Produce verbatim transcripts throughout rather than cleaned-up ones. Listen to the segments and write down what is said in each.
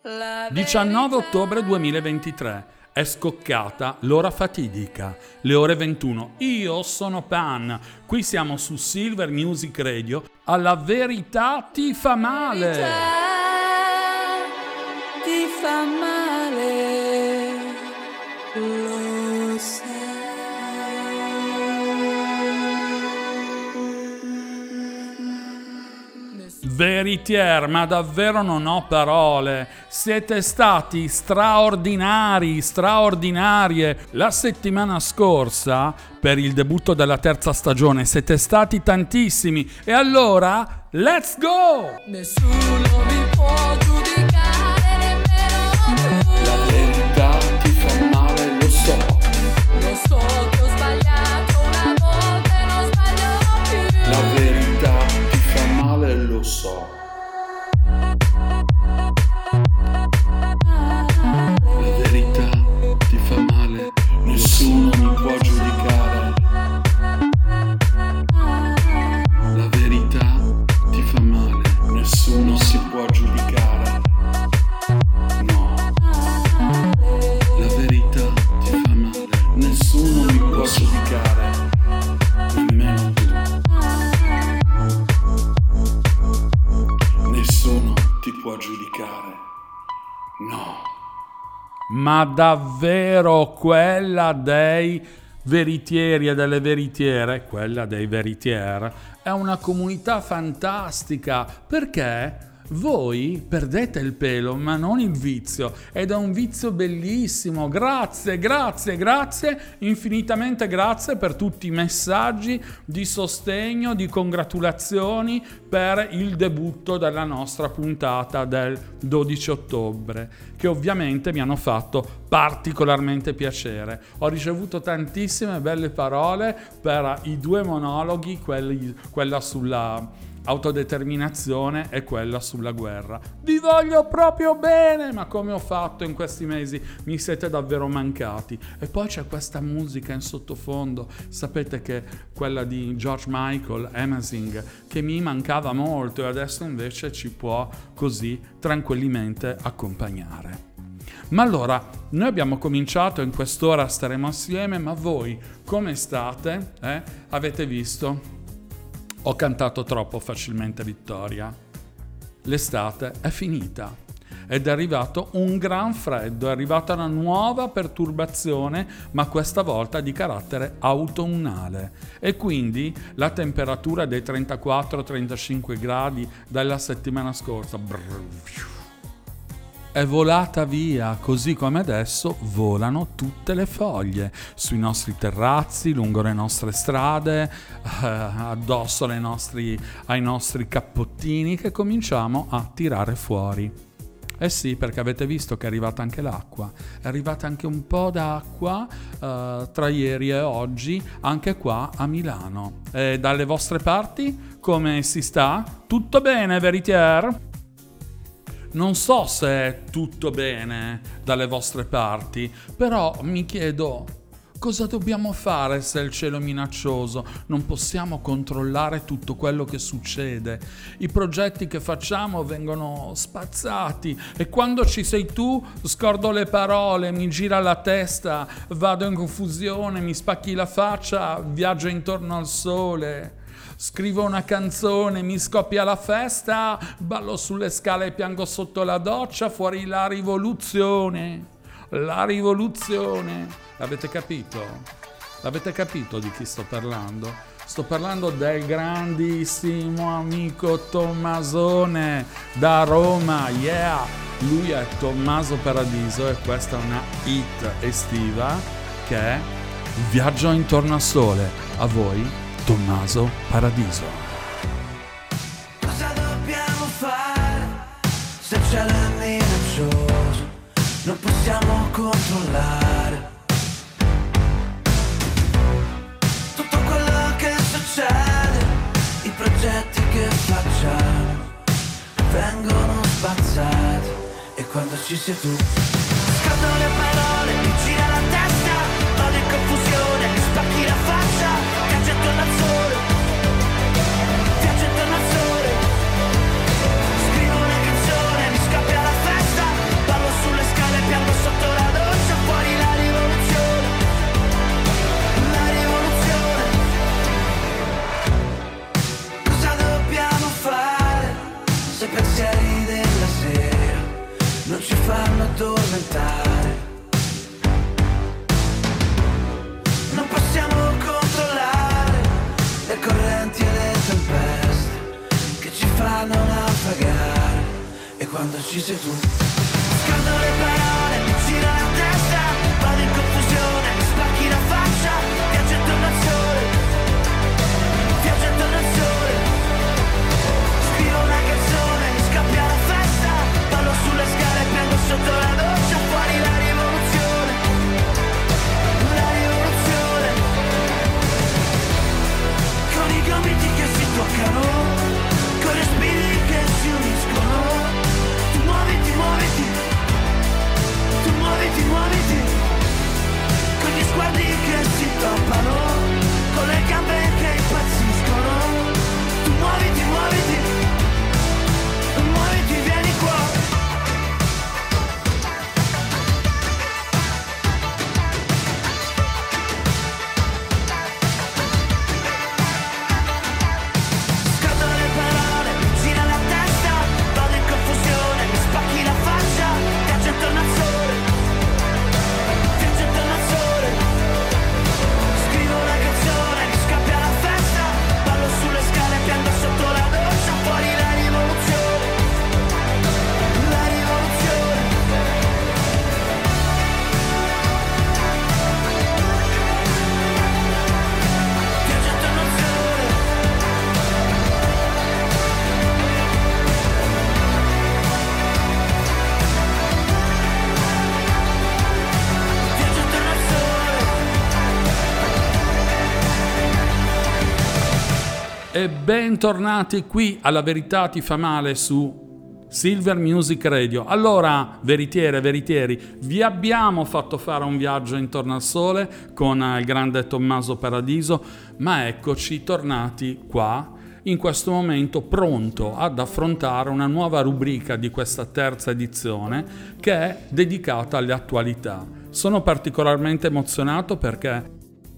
diciannove ottobre duemilaventitré. È scoccata l'ora fatidica, le ore ventuno. Io sono Pan, qui siamo su Silver Music Radio. Alla verità ti fa male. Verità ti fa male, lo sai. Veritier, ma davvero non ho parole. Siete stati straordinari, straordinarie. La settimana scorsa, per il debutto della terza stagione, siete stati tantissimi. E allora, let's go! Nessuno mi può giudicare, nemmeno tu. La verità ti fa male, lo so. Lo so che ho sbagliato una volta e non sbaglio più. La verità ti fa male, lo so. La verità ti fa male, nessuno mi può giudicare. La verità ti fa male, nessuno si può giudicare. No. La verità ti fa male, nessuno mi può giudicare. Nemmeno tu. Nessuno ti può giudicare. No. Ma davvero quella dei veritieri e delle veritiere, quella dei veritier, è una comunità fantastica, perché voi perdete il pelo ma non il vizio, ed è un vizio bellissimo. Grazie, grazie, grazie, infinitamente grazie per tutti i messaggi di sostegno, di congratulazioni per il debutto della nostra puntata del dodici ottobre, che ovviamente mi hanno fatto particolarmente piacere. Ho ricevuto tantissime belle parole per i due monologhi, quelli, quella sulla autodeterminazione e quella sulla guerra. Vi voglio proprio bene, ma come ho fatto in questi mesi? Mi siete davvero mancati. E poi c'è questa musica in sottofondo, sapete, che quella di George Michael, Amazing, che mi mancava molto e adesso invece ci può così tranquillamente accompagnare. Ma allora, noi abbiamo cominciato, in quest'ora staremo assieme, ma voi come state? Eh? Avete visto? Ho cantato troppo facilmente vittoria. L'estate è finita ed è arrivato un gran freddo, è arrivata una nuova perturbazione, ma questa volta di carattere autunnale. E quindi la temperatura dei trentaquattro trentacinque gradi della settimana scorsa brrr, è volata via, così come adesso volano tutte le foglie sui nostri terrazzi, lungo le nostre strade, eh, addosso ai nostri, ai nostri cappottini che cominciamo a tirare fuori. Eh sì, perché avete visto che è arrivata anche l'acqua, è arrivata anche un po' d'acqua eh, tra ieri e oggi, anche qua a Milano. E dalle vostre parti come si sta? Tutto bene, veritier? Non so se è tutto bene dalle vostre parti, però mi chiedo cosa dobbiamo fare se il cielo è minaccioso. Non possiamo controllare tutto quello che succede. I progetti che facciamo vengono spazzati e quando ci sei tu scordo le parole, mi gira la testa, vado in confusione, mi spacchi la faccia, viaggio intorno al sole. Scrivo una canzone, mi scoppia la festa, ballo sulle scale e piango sotto la doccia, fuori la rivoluzione, la rivoluzione. L'avete capito? L'avete capito di chi sto parlando? Sto parlando del grandissimo amico Tommasone da Roma, yeah! Lui è Tommaso Paradiso e questa è una hit estiva che è Viaggio intorno al sole. A voi Tommaso Paradiso. Cosa dobbiamo fare se il cielo è minaccioso? Non possiamo controllare tutto quello che succede, i progetti che facciamo vengono spazzati e quando ci sei tu scattano le parole, mi gira la testa, vado in confusione, mi spacchi la faccia. Viaggio intorno al sole, viaggio intorno al sole, scrivo una canzone, mi scappia la festa, addormentare. Non possiamo controllare le correnti e le tempeste che ci fanno naufragare. E quando ci sei tu, scaldo le parole, mi gira la testa, vado in confusione, mi spacchi la faccia, viaggio intorno al sole, viaggio intorno al sole. Scrivo una canzone, mi scappia la festa, ballo sulle scale, piango sotto la doccia, fuori la rivoluzione, la rivoluzione. Con i gomiti che si toccano, con i respiri che si uniscono. Tu muoviti, muoviti, tu muoviti, muoviti, con gli sguardi che si toppano, con le gambe che impazziscono. Tu muoviti, muoviti, muoviti, vieni qua. Scaldo le parole, mi gira la testa, vado in confusione, mi spacchi la faccia, viaggio intorno al sole, viaggio intorno al sole. Scrivo una canzone, mi scappia la festa, ballo sulle scale, piango sotto la doccia, fuori la rivoluzione, la rivoluzione. Viaggio intorno al sole. Viaggio intorno al sole. E bentornati qui alla Verità ti fa male su Silver Music Radio. Allora, veritiere, veritieri, vi abbiamo fatto fare un viaggio intorno al sole con il grande Tommaso Paradiso, ma eccoci tornati qua in questo momento pronto ad affrontare una nuova rubrica di questa terza edizione che è dedicata alle attualità. Sono particolarmente emozionato perché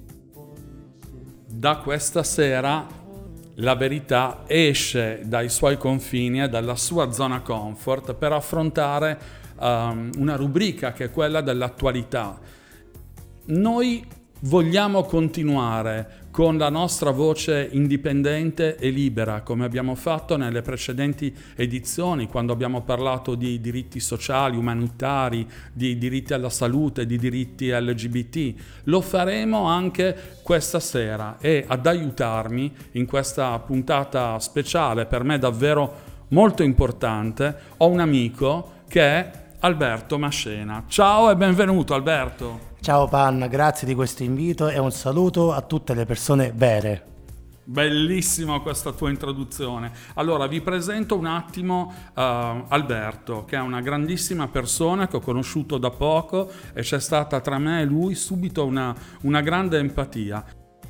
da questa sera la verità esce dai suoi confini e dalla sua zona comfort per affrontare um, una rubrica che è quella dell'attualità. Noi vogliamo continuare con la nostra voce indipendente e libera, come abbiamo fatto nelle precedenti edizioni, quando abbiamo parlato di diritti sociali, umanitari, di diritti alla salute, di diritti L G B T. Lo faremo anche questa sera e ad aiutarmi in questa puntata speciale, per me davvero molto importante, ho un amico che è Alberto Mascena. Ciao e benvenuto Alberto. Ciao Pan, grazie di questo invito e un saluto a tutte le persone vere. Bellissima questa tua introduzione. Allora vi presento un attimo uh, Alberto, che è una grandissima persona che ho conosciuto da poco e c'è stata tra me e lui subito una, una grande empatia.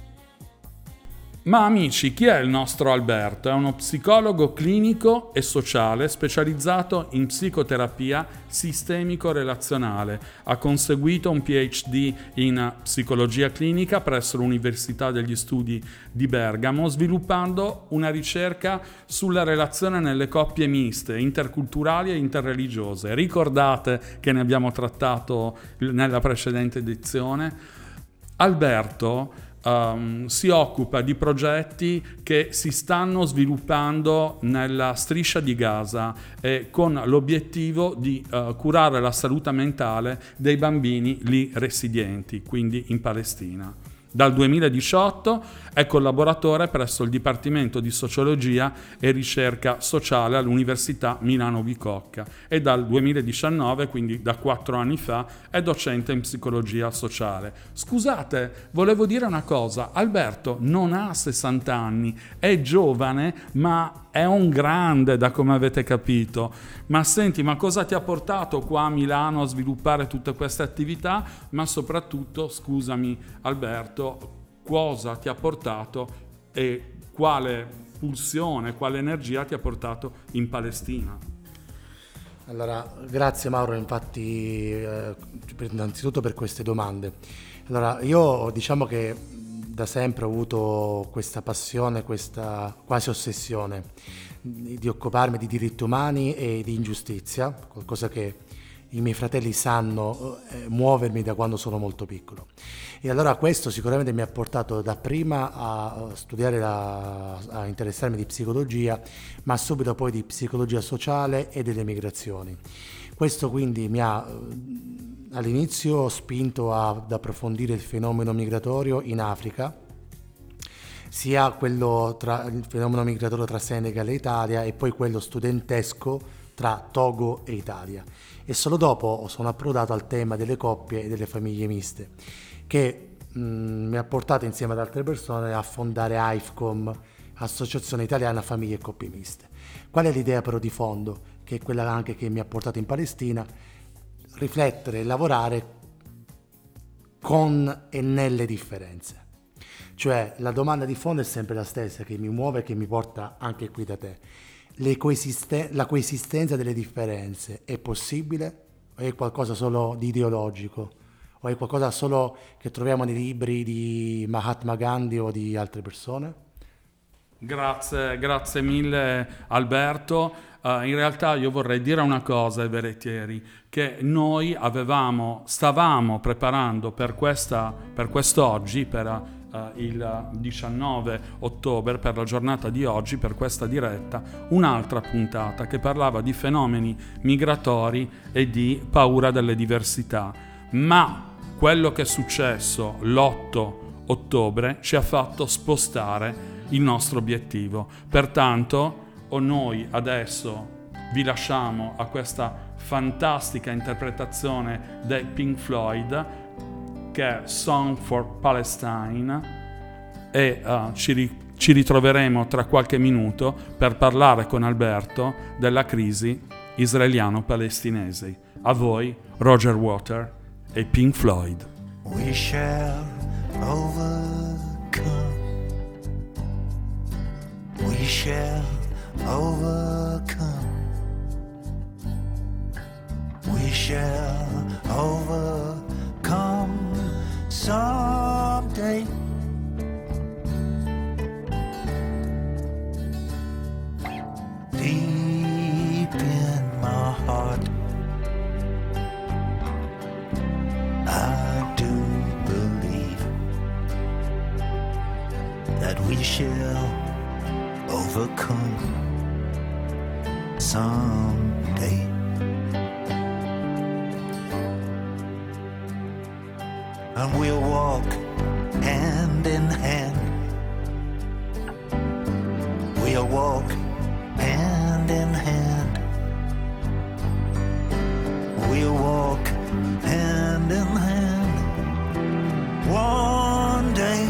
Ma amici, chi è il nostro Alberto? È uno psicologo clinico e sociale specializzato in psicoterapia sistemico-relazionale. Ha conseguito un P H D in psicologia clinica presso l'Università degli Studi di Bergamo, sviluppando una ricerca sulla relazione nelle coppie miste, interculturali e interreligiose. Ricordate che ne abbiamo trattato nella precedente edizione? Alberto Um, si occupa di progetti che si stanno sviluppando nella striscia di Gaza e con l'obiettivo di uh, curare la salute mentale dei bambini lì residenti, quindi in Palestina. Dal duemiladiciotto è collaboratore presso il Dipartimento di Sociologia e Ricerca Sociale all'Università Milano Bicocca e dal duemiladiciannove, quindi da quattro anni fa, è docente in psicologia sociale. Scusate, volevo dire una cosa, Alberto non ha sessanta anni, è giovane ma è un grande, da come avete capito. Ma senti, ma cosa ti ha portato qua a Milano a sviluppare tutte queste attività? Ma soprattutto, scusami Alberto, cosa ti ha portato e quale pulsione, quale energia ti ha portato in Palestina? Allora, grazie Mauro, infatti, eh, innanzitutto per queste domande. Allora, io diciamo che da sempre ho avuto questa passione, questa quasi ossessione di occuparmi di diritti umani e di ingiustizia, qualcosa che i miei fratelli sanno eh, muovermi da quando sono molto piccolo. E allora questo sicuramente mi ha portato dapprima a studiare, la, a interessarmi di psicologia, ma subito poi di psicologia sociale e delle migrazioni. Questo quindi mi ha all'inizio spinto ad approfondire il fenomeno migratorio in Africa, sia quello tra il fenomeno migratorio tra Senegal e Italia e poi quello studentesco tra Togo e Italia. E solo dopo sono approdato al tema delle coppie e delle famiglie miste, che mh, mi ha portato insieme ad altre persone a fondare AIFCOM, Associazione Italiana Famiglie e Coppie Miste. Qual è l'idea però di fondo, che è quella anche che mi ha portato in Palestina? Riflettere e lavorare con e nelle differenze. Cioè la domanda di fondo è sempre la stessa, che mi muove e che mi porta anche qui da te. Le coesiste- la coesistenza delle differenze è possibile o è qualcosa solo di ideologico? O è qualcosa solo che troviamo nei libri di Mahatma Gandhi o di altre persone? Grazie, grazie mille Alberto. Uh, in realtà io vorrei dire una cosa ai veritieri, che noi avevamo, stavamo preparando per questa, per quest'oggi, per uh, il diciannove ottobre, per la giornata di oggi, per questa diretta, un'altra puntata che parlava di fenomeni migratori e di paura delle diversità. Ma quello che è successo l'otto ottobre ci ha fatto spostare il nostro obiettivo. Pertanto o noi adesso vi lasciamo a questa fantastica interpretazione dei Pink Floyd, che è Song for Palestine, e uh, ci, ri- ci ritroveremo tra qualche minuto per parlare con Alberto della crisi israeliano-palestinese. A voi Roger Water e Pink Floyd. We shall overcome. We shall overcome. We shall overcome someday. Deep in my heart, I do believe that we shall overcome someday. And we'll walk hand in hand. We'll walk hand in hand. We'll walk hand in hand one day.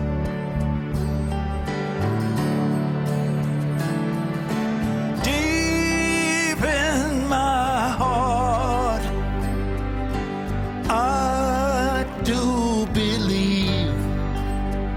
Deep in my heart, I do believe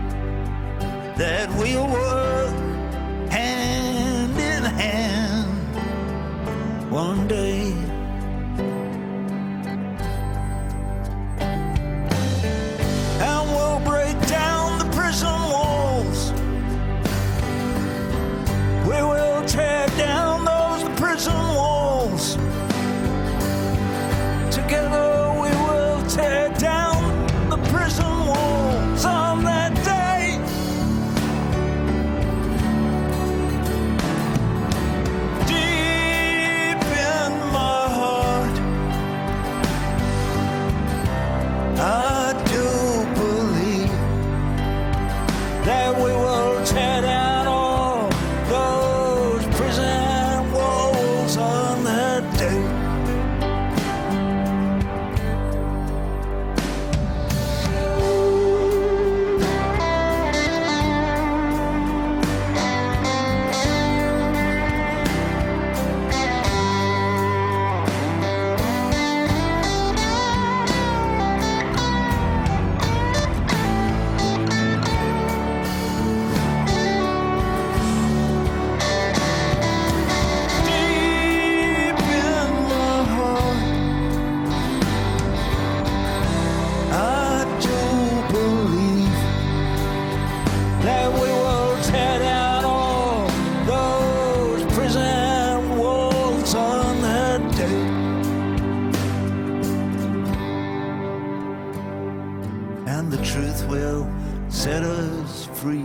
truth will set us free.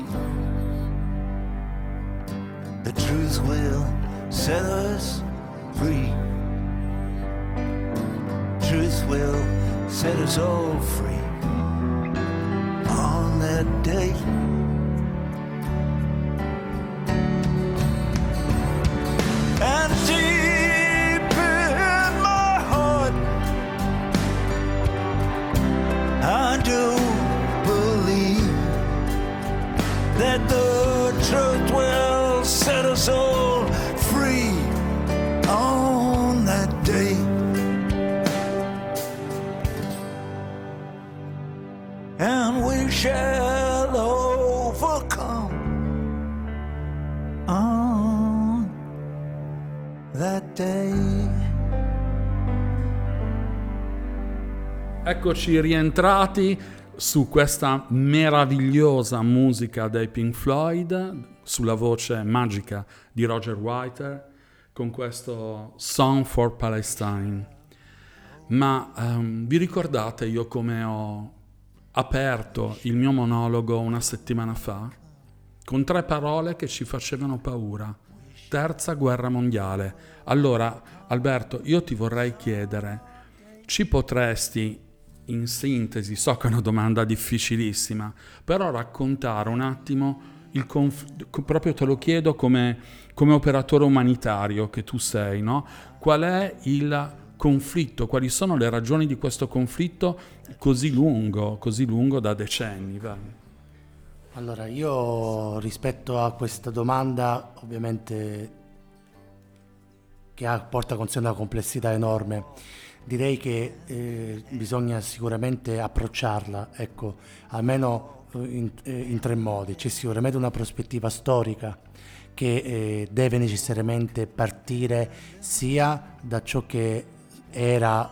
The truth will set us free. Truth will set us all free on that day. And deep in my heart, I do believe that the truth will set us all free on that day. And we shall overcome on that day. Eccoci rientrati su questa meravigliosa musica dei Pink Floyd, sulla voce magica di Roger Whittaker, con questo Song for Palestine. Ma um, vi ricordate io come ho aperto il mio monologo una settimana fa? Con tre parole che ci facevano paura. Terza guerra mondiale. Allora, Alberto, io ti vorrei chiedere, ci potresti, in sintesi, so che è una domanda difficilissima, però raccontare un attimo, il conf- proprio te lo chiedo come, come operatore umanitario che tu sei, no? Qual è il conflitto, quali sono le ragioni di questo conflitto così lungo, così lungo da decenni? Va? Allora, io rispetto a questa domanda, ovviamente che ha, porta con sé una complessità enorme, direi che eh, bisogna sicuramente approcciarla, ecco, almeno in, eh, in tre modi. C'è sicuramente una prospettiva storica che eh, deve necessariamente partire sia da ciò che era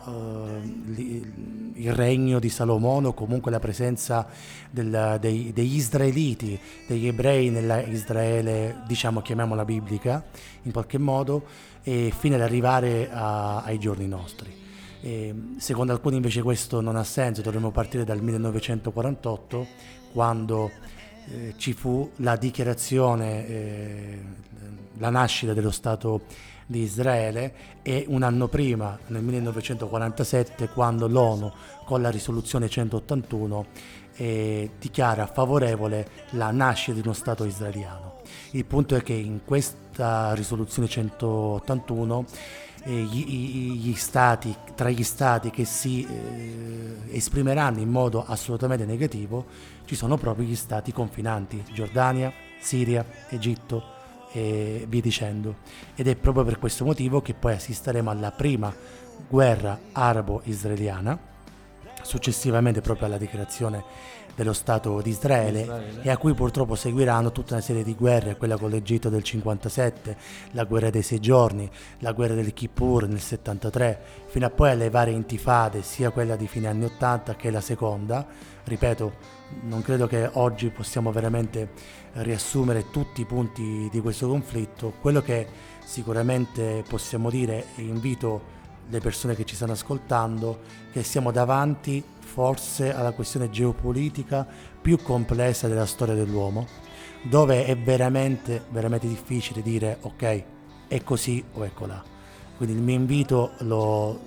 eh, il regno di Salomone, o comunque la presenza del, dei, degli israeliti, degli ebrei nella Israele, diciamo, chiamiamola biblica, in qualche modo, e fino ad arrivare a, ai giorni nostri. E, secondo alcuni invece questo non ha senso, dovremmo partire dal millenovecentoquarantotto, quando eh, ci fu la dichiarazione, eh, la nascita dello Stato di Israele, e un anno prima, nel millenovecentoquarantasette, quando l'ONU con la risoluzione centottantuno eh, dichiara favorevole la nascita di uno Stato israeliano. Il punto è che in questa risoluzione centottantuno eh, gli, gli stati, tra gli stati che si eh, esprimeranno in modo assolutamente negativo ci sono proprio gli stati confinanti: Giordania, Siria, Egitto e via dicendo. Ed è proprio per questo motivo che poi assisteremo alla prima guerra arabo-israeliana, successivamente proprio alla dichiarazione dello Stato di Israele, Israele, e a cui purtroppo seguiranno tutta una serie di guerre, quella con l'Egitto del cinquantasette, la guerra dei sei giorni, la guerra del Kippur nel settantatré, fino a poi alle varie intifade, sia quella di fine anni ottanta che la seconda. Ripeto, non credo che oggi possiamo veramente riassumere tutti i punti di questo conflitto. Quello che sicuramente possiamo dire, e invito le persone che ci stanno ascoltando, che siamo davanti forse alla questione geopolitica più complessa della storia dell'uomo, dove è veramente veramente difficile dire ok, è così o è colà. Quindi il mio invito lo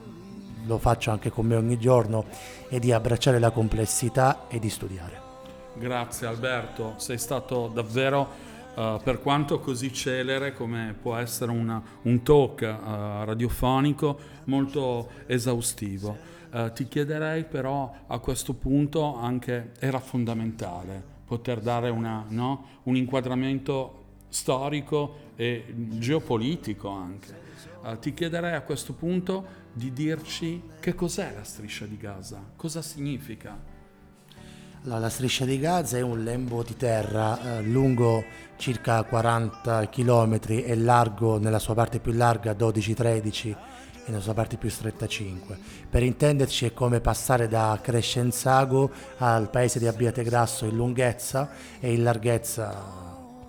lo faccio anche con me ogni giorno, è di abbracciare la complessità e di studiare. Grazie Alberto, sei stato davvero, uh, per quanto così celere come può essere una, un talk uh, radiofonico, molto esaustivo. Uh, ti chiederei però a questo punto anche, era fondamentale poter dare una, no? un inquadramento storico e geopolitico anche. Uh, ti chiederei a questo punto di dirci che cos'è la striscia di Gaza, cosa significa? Allora, la striscia di Gaza è un lembo di terra eh, lungo circa quaranta chilometri e largo, nella sua parte più larga, dodici tredici, e nella sua parte più stretta cinque. Per intenderci è come passare da Crescenzago al paese di Abbiategrasso in lunghezza e in larghezza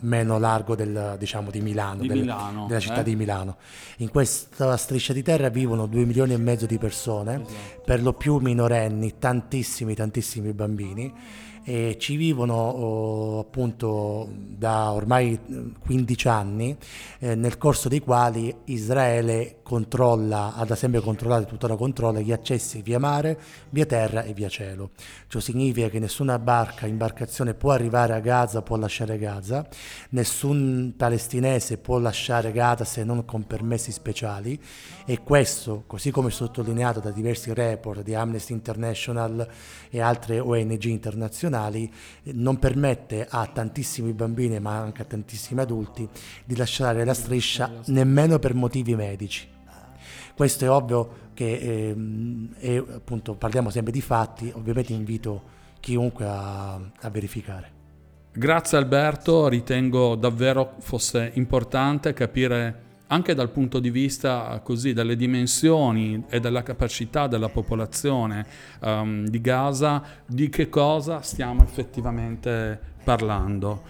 meno largo del, diciamo, di Milano, Di del- Milano, della città eh? di Milano. In questa striscia di terra vivono due milioni e mezzo di persone, Esatto. per lo più minorenni, tantissimi, tantissimi bambini, e ci vivono oh, appunto da ormai eh, quindici anni, eh, nel corso dei quali Israele controlla, ha da sempre controllato e tuttora controlla gli accessi via mare, via terra e via cielo. Ciò significa che nessuna barca, imbarcazione può arrivare a Gaza, può lasciare Gaza, nessun palestinese può lasciare Gaza se non con permessi speciali, e questo, così come sottolineato da diversi report di Amnesty International e altre O N G internazionali, non permette a tantissimi bambini, ma anche a tantissimi adulti, di lasciare la striscia nemmeno per motivi medici. Questo è ovvio che, ehm, è, appunto, parliamo sempre di fatti, ovviamente invito chiunque a, a verificare. Grazie Alberto, ritengo davvero fosse importante capire anche dal punto di vista così delle dimensioni e della capacità della popolazione ehm, di Gaza di che cosa stiamo effettivamente parlando.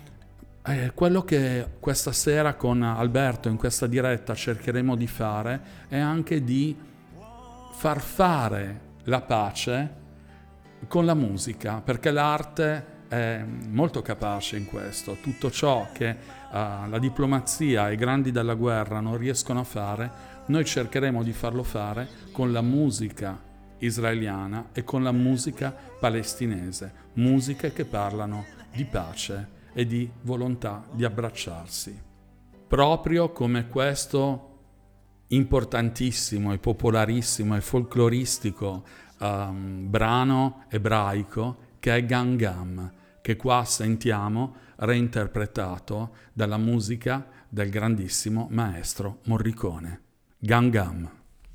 Eh, quello che questa sera con Alberto in questa diretta cercheremo di fare è anche di far fare la pace con la musica, perché l'arte è molto capace in questo. Tutto ciò che uh, la diplomazia e i grandi della guerra non riescono a fare, noi cercheremo di farlo fare con la musica israeliana e con la musica palestinese, musiche che parlano di pace e di volontà di abbracciarsi. Proprio come questo importantissimo e popolarissimo e folcloristico um, brano ebraico che è Gangam, che qua sentiamo reinterpretato dalla musica del grandissimo maestro Morricone. Gangam.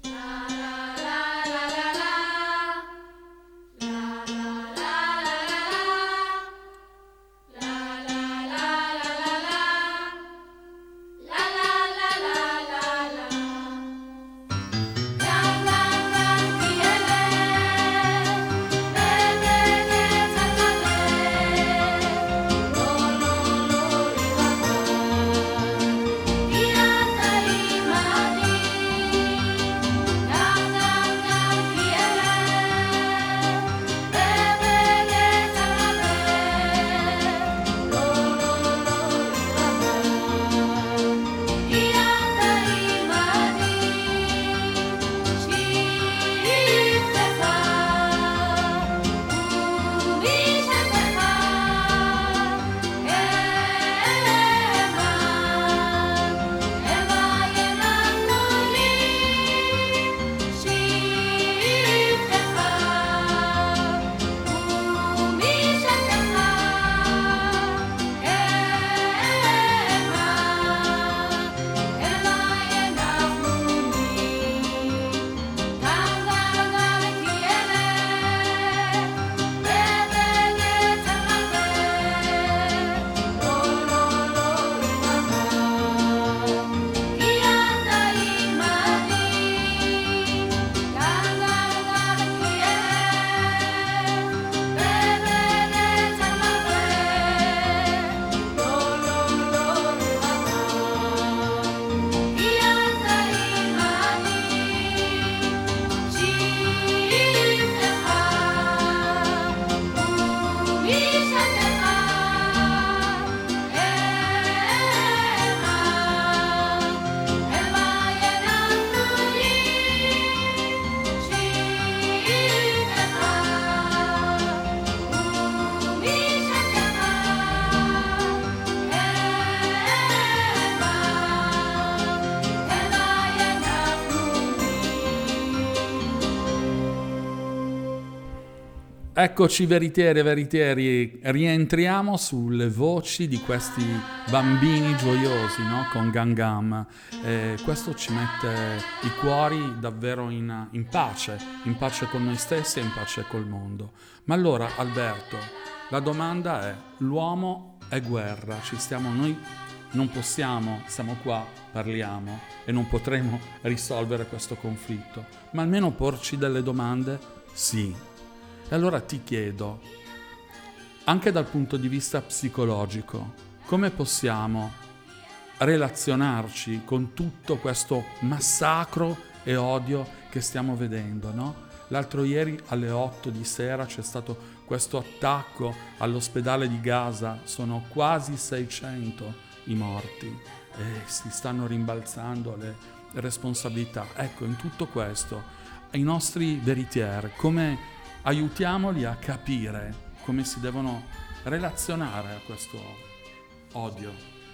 Eccoci veritieri e veritieri, rientriamo sulle voci di questi bambini gioiosi, no? Con Gangam. Eh, questo ci mette i cuori davvero in, in pace, in pace con noi stessi e in pace col mondo. Ma allora, Alberto, la domanda è: l'uomo è guerra, ci stiamo noi, non possiamo, siamo qua, parliamo e non potremo risolvere questo conflitto, ma almeno porci delle domande? Sì. E allora ti chiedo, anche dal punto di vista psicologico, come possiamo relazionarci con tutto questo massacro e odio che stiamo vedendo, no? L'altro ieri alle otto di sera c'è stato questo attacco all'ospedale di Gaza, sono quasi seicento i morti e si stanno rimbalzando le responsabilità. Ecco, in tutto questo, i nostri veritieri, come aiutiamoli a capire come si devono relazionare a questo odio?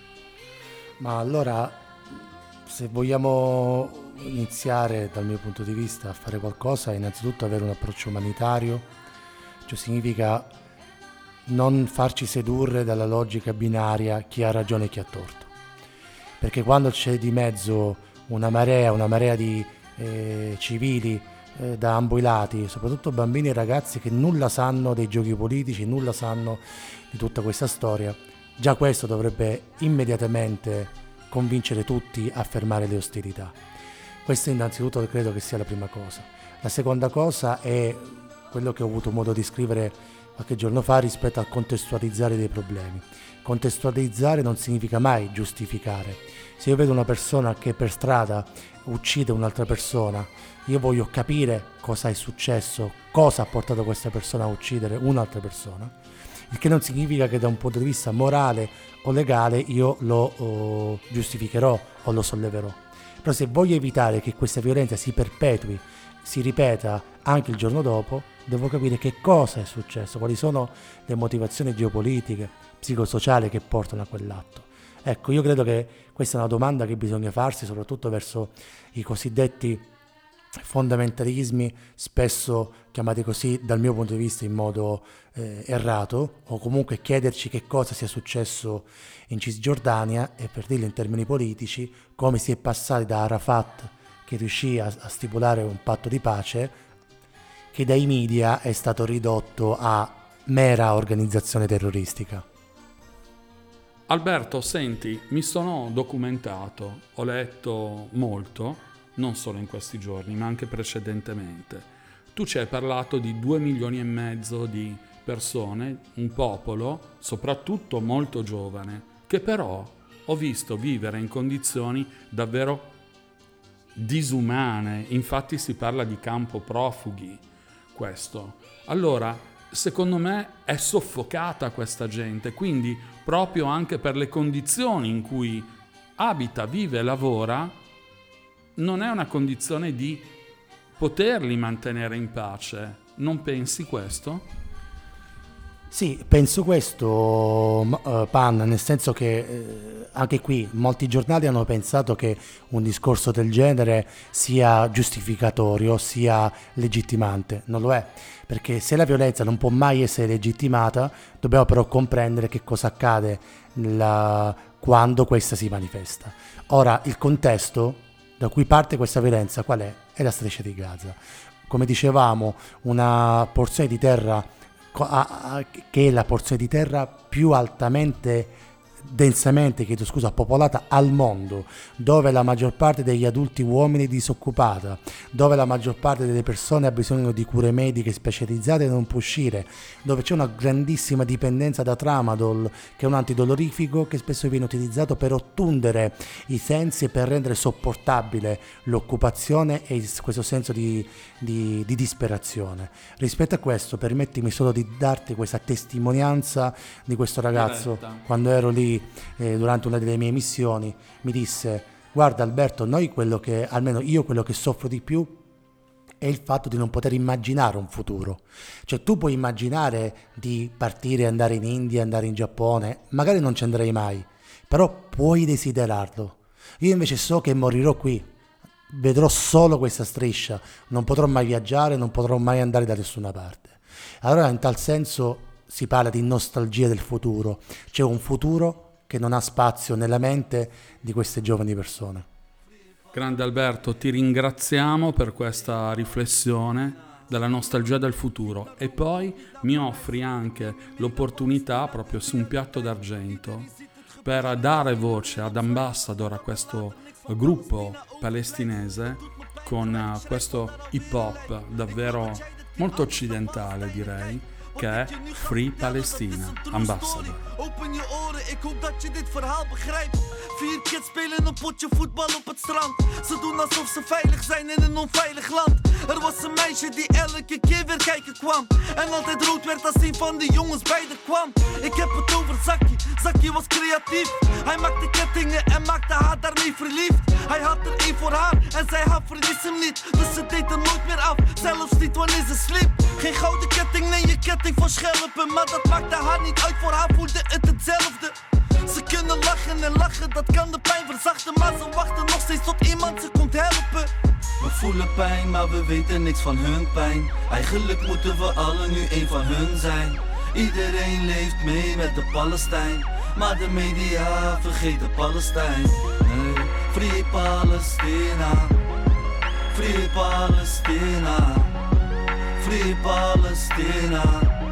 Ma allora, se vogliamo iniziare dal mio punto di vista a fare qualcosa, innanzitutto avere un approccio umanitario, cioè significa non farci sedurre dalla logica binaria chi ha ragione e chi ha torto, perché quando c'è di mezzo una marea, una marea di eh, civili eh, da ambo i lati, soprattutto bambini e ragazzi che nulla sanno dei giochi politici, nulla sanno di tutta questa storia, già questo dovrebbe immediatamente convincere tutti a fermare le ostilità. Questo innanzitutto credo che sia la prima cosa. La seconda cosa è quello che ho avuto modo di scrivere qualche giorno fa rispetto al contestualizzare dei problemi. Contestualizzare non significa mai giustificare. Se io vedo una persona che per strada uccide un'altra persona, io voglio capire cosa è successo, cosa ha portato questa persona a uccidere un'altra persona, il che non significa che da un punto di vista morale o legale io lo oh, giustificherò o lo solleverò. Però se voglio evitare che questa violenza si perpetui, si ripeta anche il giorno dopo, devo capire che cosa è successo, quali sono le motivazioni geopolitiche, psicosociali che portano a quell'atto. Ecco, io credo che questa è una domanda che bisogna farsi soprattutto verso i cosiddetti fondamentalismi, spesso chiamati così dal mio punto di vista in modo eh, errato, o comunque chiederci che cosa sia successo in Cisgiordania e, per dirlo in termini politici, come si è passati da Arafat, che riuscì a, a stipulare un patto di pace, che dai media è stato ridotto a mera organizzazione terroristica. Alberto, senti, mi sono documentato, ho letto molto, non solo in questi giorni, ma anche precedentemente. Tu ci hai parlato di due milioni e mezzo di persone, un popolo, soprattutto molto giovane, che però ho visto vivere in condizioni davvero disumane. Infatti si parla di campo profughi, questo. Allora, secondo me è soffocata questa gente, quindi proprio anche per le condizioni in cui abita, vive e lavora, non è una condizione di poterli mantenere in pace. Non pensi questo? Sì, penso questo, uh, Pan, nel senso che eh, anche qui molti giornali hanno pensato che un discorso del genere sia giustificatorio, sia legittimante. Non lo è, perché se la violenza non può mai essere legittimata, dobbiamo però comprendere che cosa accade nella, quando questa si manifesta. Ora, il contesto da cui parte questa violenza qual è? È la striscia di Gaza. Come dicevamo, una porzione di terra che è la porzione di terra più altamente densamente, chiedo scusa, popolata al mondo, dove la maggior parte degli adulti uomini è disoccupata, dove la maggior parte delle persone ha bisogno di cure mediche specializzate e non può uscire, dove c'è una grandissima dipendenza da tramadol, che è un antidolorifico che spesso viene utilizzato per ottundere i sensi e per rendere sopportabile l'occupazione e questo senso di, di, di disperazione. Rispetto a questo, permettimi solo di darti questa testimonianza di questo ragazzo. Diretta. Quando ero lì Eh, durante una delle mie missioni, mi disse: guarda Alberto, noi quello che, almeno io quello che soffro di più è il fatto di non poter immaginare un futuro. Cioè tu puoi immaginare di partire, andare in India, andare in Giappone, magari non ci andrei mai, però puoi desiderarlo. Io invece so che morirò qui, vedrò solo questa striscia, non potrò mai viaggiare, non potrò mai andare da nessuna parte. Allora in tal senso si parla di nostalgia del futuro, c'è un futuro che non ha spazio nella mente di queste giovani persone. Grande Alberto, ti ringraziamo per questa riflessione della nostalgia del futuro e poi mi offri anche l'opportunità proprio su un piatto d'argento per dare voce ad Ambassador, a questo gruppo palestinese con questo hip hop davvero molto occidentale, direi, che è Free Palestina Ambassador. Open je oren, ik hoop dat je dit verhaal begrijpt. Vier kids spelen een potje voetbal op het strand. Ze doen alsof ze veilig zijn in een onveilig land. Er was een meisje die elke keer weer kijken kwam. En altijd rood werd als een van de jongens bij de kwam. Ik heb het over Zaki, Zaki was creatief. Hij maakte kettingen en maakte haar daarmee verliefd. Hij had er één voor haar en zij haar verlies hem niet. Dus ze deed er nooit meer af, zelfs niet wanneer ze sliep. Geen gouden ketting, nee je ketting van schelpen. Maar dat maakte haar niet uit, voor haar voelde het hetzelfde. Ze kunnen lachen en lachen, dat kan de pijn verzachten. Maar ze wachten nog steeds tot iemand ze komt helpen. We voelen pijn, maar we weten niks van hun pijn. Eigenlijk moeten we allen nu één van hun zijn. Iedereen leeft mee met de Palestijn. Maar de media vergeten Palestijn. Nee, Free Palestina. Free Palestina. Free Palestina.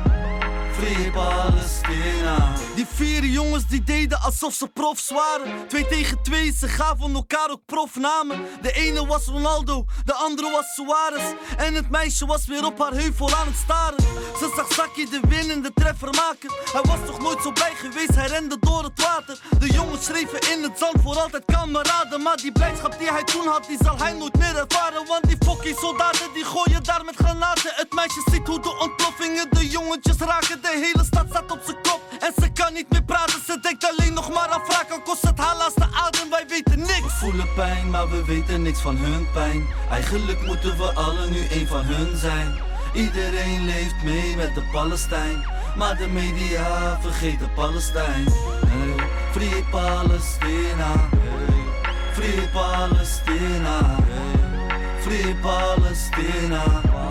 Free Palestina. Die vier jongens die deden alsof ze profs waren. Twee tegen twee, ze gaven elkaar ook profnamen. De ene was Ronaldo, de andere was Suarez. En het meisje was weer op haar heuvel aan het staren. Ze zag Zaki de winnende treffer maken. Hij was toch nooit zo blij geweest, hij rende door het water. De jongens schreven in het zand voor altijd kameraden. Maar die blijdschap die hij toen had, die zal hij nooit meer ervaren. Want die fucking soldaten die gooien daar met granaten. Het meisje ziet hoe de ontploffingen de jongetjes raken. De hele stad staat op zijn kop en ze kan niet meer praten. Ze denkt alleen nog maar aan wraak, al kost het haar laatste adem. Wij weten niks. We voelen pijn, maar we weten niks van hun pijn. Eigenlijk moeten we allen nu één van hun zijn. Iedereen leeft mee met de Palestijn. Maar de media vergeten Palestijn. Hey, Free Palestina. Hey, Free Palestina. Hey, Free Palestina.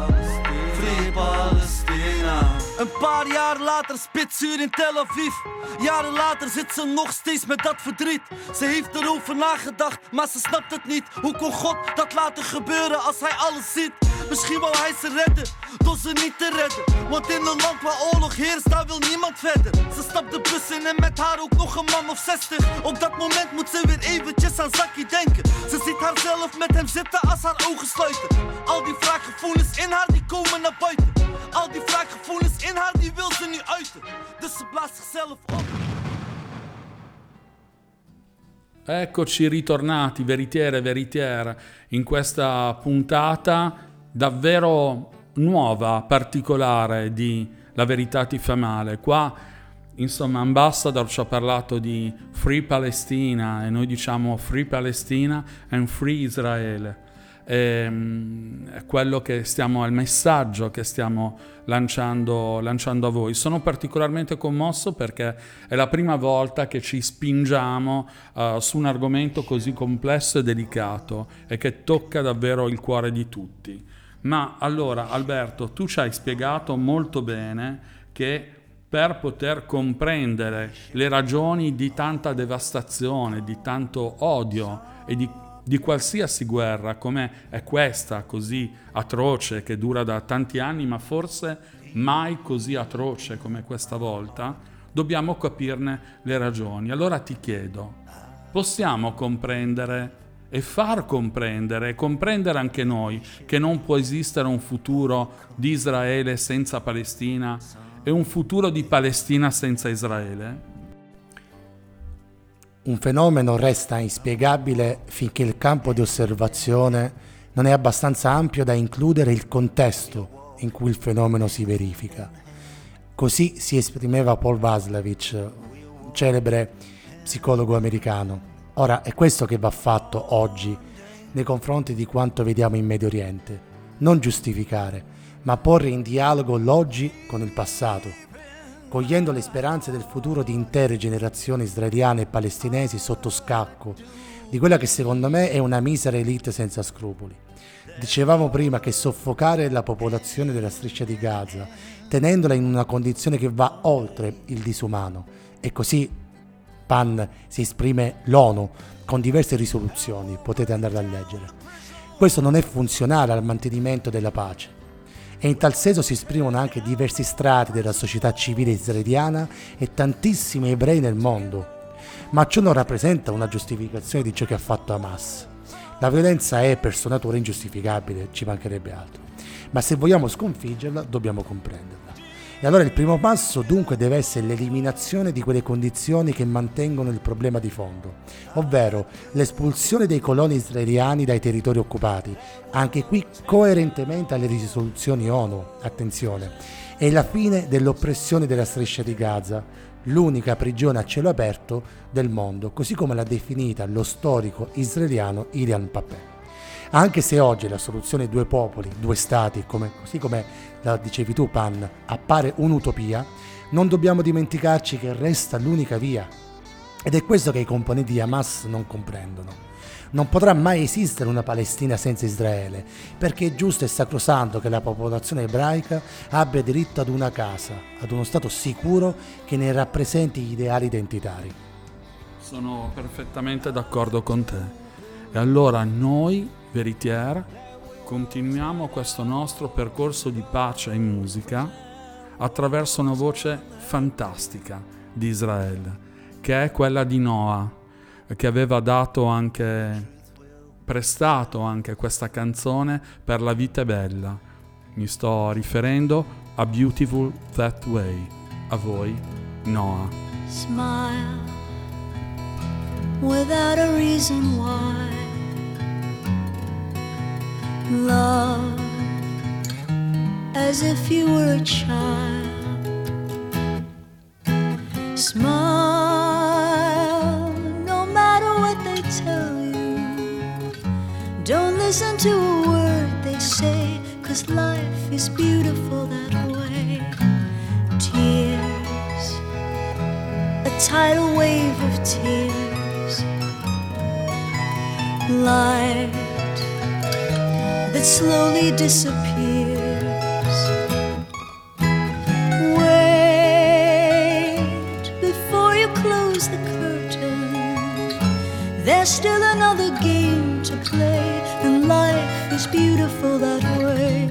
Free Palestina. Een paar jaar later spitsuur in Tel Aviv. Jaren later zit ze nog steeds met dat verdriet. Ze heeft erover nagedacht, maar ze snapt het niet. Hoe kon God dat laten gebeuren als hij alles ziet? Misschien wou hij ze redden, door ze niet te redden. Want in een land waar oorlog heerst, daar wil niemand verder. Ze stapt de bus in en met haar ook nog een man of zestig. Op dat moment moet ze weer eventjes aan Zaki denken. Ze ziet haarzelf met hem zitten als haar ogen sluiten. Al die wraakgevoelens in haar, die komen naar buiten. Al die wraakgevoelens in haar, die wil ze nu uiten. Dus ze blaast zichzelf op. Eccoci ritornati, veritiere, veritiere, in questa puntata davvero nuova, particolare di La Verità ti fa male. Qua, insomma, Ambassador ci ha parlato di Free Palestina e noi diciamo Free Palestina and Free Israele. È quello che stiamo, è il messaggio che stiamo lanciando, lanciando a voi. Sono particolarmente commosso perché è la prima volta che ci spingiamo uh, su un argomento così complesso e delicato e che tocca davvero il cuore di tutti. Ma allora, Alberto, tu ci hai spiegato molto bene che per poter comprendere le ragioni di tanta devastazione, di tanto odio e di di qualsiasi guerra come è questa, così atroce, che dura da tanti anni, ma forse mai così atroce come questa volta, dobbiamo capirne le ragioni. Allora ti chiedo, possiamo comprendere e far comprendere, e comprendere anche noi, che non può esistere un futuro di Israele senza Palestina e un futuro di Palestina senza Israele? Un fenomeno resta inspiegabile finché il campo di osservazione non è abbastanza ampio da includere il contesto in cui il fenomeno si verifica. Così si esprimeva Paul Watzlawick, celebre psicologo americano. Ora è questo che va fatto oggi nei confronti di quanto vediamo in Medio Oriente. Non giustificare, ma porre in dialogo l'oggi con il passato, cogliendo le speranze del futuro di intere generazioni israeliane e palestinesi sotto scacco di quella che secondo me è una misera elite senza scrupoli. Dicevamo prima che soffocare la popolazione della striscia di Gaza, tenendola in una condizione che va oltre il disumano, e così Pan si esprime l'ONU con diverse risoluzioni, potete andare a leggere. Questo non è funzionale al mantenimento della pace. E in tal senso si esprimono anche diversi strati della società civile israeliana e tantissimi ebrei nel mondo. Ma ciò non rappresenta una giustificazione di ciò che ha fatto Hamas. La violenza è per sua natura ingiustificabile, ci mancherebbe altro. Ma se vogliamo sconfiggerla, dobbiamo comprenderla. E allora il primo passo dunque deve essere l'eliminazione di quelle condizioni che mantengono il problema di fondo, ovvero l'espulsione dei coloni israeliani dai territori occupati, anche qui coerentemente alle risoluzioni ONU, attenzione, e la fine dell'oppressione della striscia di Gaza, l'unica prigione a cielo aperto del mondo, così come l'ha definita lo storico israeliano Ilan Pappé. Anche se oggi la soluzione due popoli, due stati, come, così come la dicevi tu Pan, appare un'utopia, non dobbiamo dimenticarci che resta l'unica via. Ed è questo che i componenti di Hamas non comprendono. Non potrà mai esistere una Palestina senza Israele, perché è giusto e sacrosanto che la popolazione ebraica abbia diritto ad una casa, ad uno Stato sicuro che ne rappresenti gli ideali identitari. Sono perfettamente d'accordo con te. E allora noi, Veritier, continuiamo questo nostro percorso di pace in musica attraverso una voce fantastica di Israele, che è quella di Noah, che aveva dato anche, prestato anche questa canzone per La vita è bella. Mi sto riferendo a Beautiful That Way. A voi, Noah. Smile without a reason why. Love as if you were a child. Smile no matter what they tell you. Don't listen to a word they say, 'cause life is beautiful that way. Tears, a tidal wave of tears. Light that slowly disappears. Wait before you close the curtain. There's still another game to play, and life is beautiful that way.